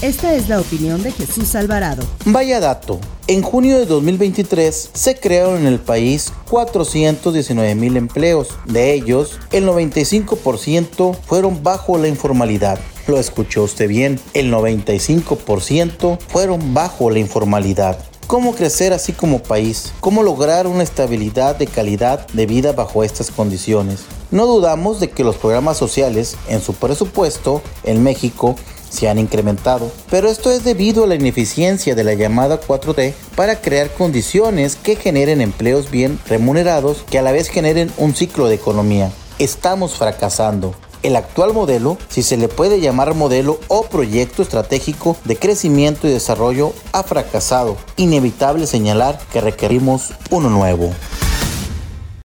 Esta es la opinión de Jesús Alvarado. Vaya dato. En junio de 2023 se crearon en el país 419,000 empleos. De ellos, el 95% fueron bajo la informalidad. Lo escuchó usted bien, el 95% fueron bajo la informalidad. ¿Cómo crecer así como país? ¿Cómo lograr una estabilidad de calidad de vida bajo estas condiciones? No dudamos de que los programas sociales en su presupuesto en México se han incrementado, pero esto es debido a la ineficiencia de la llamada 4T para crear condiciones que generen empleos bien remunerados que a la vez generen un ciclo de economía. Estamos fracasando. El actual modelo, si se le puede llamar modelo o proyecto estratégico de crecimiento y desarrollo, ha fracasado. Inevitable señalar que requerimos uno nuevo.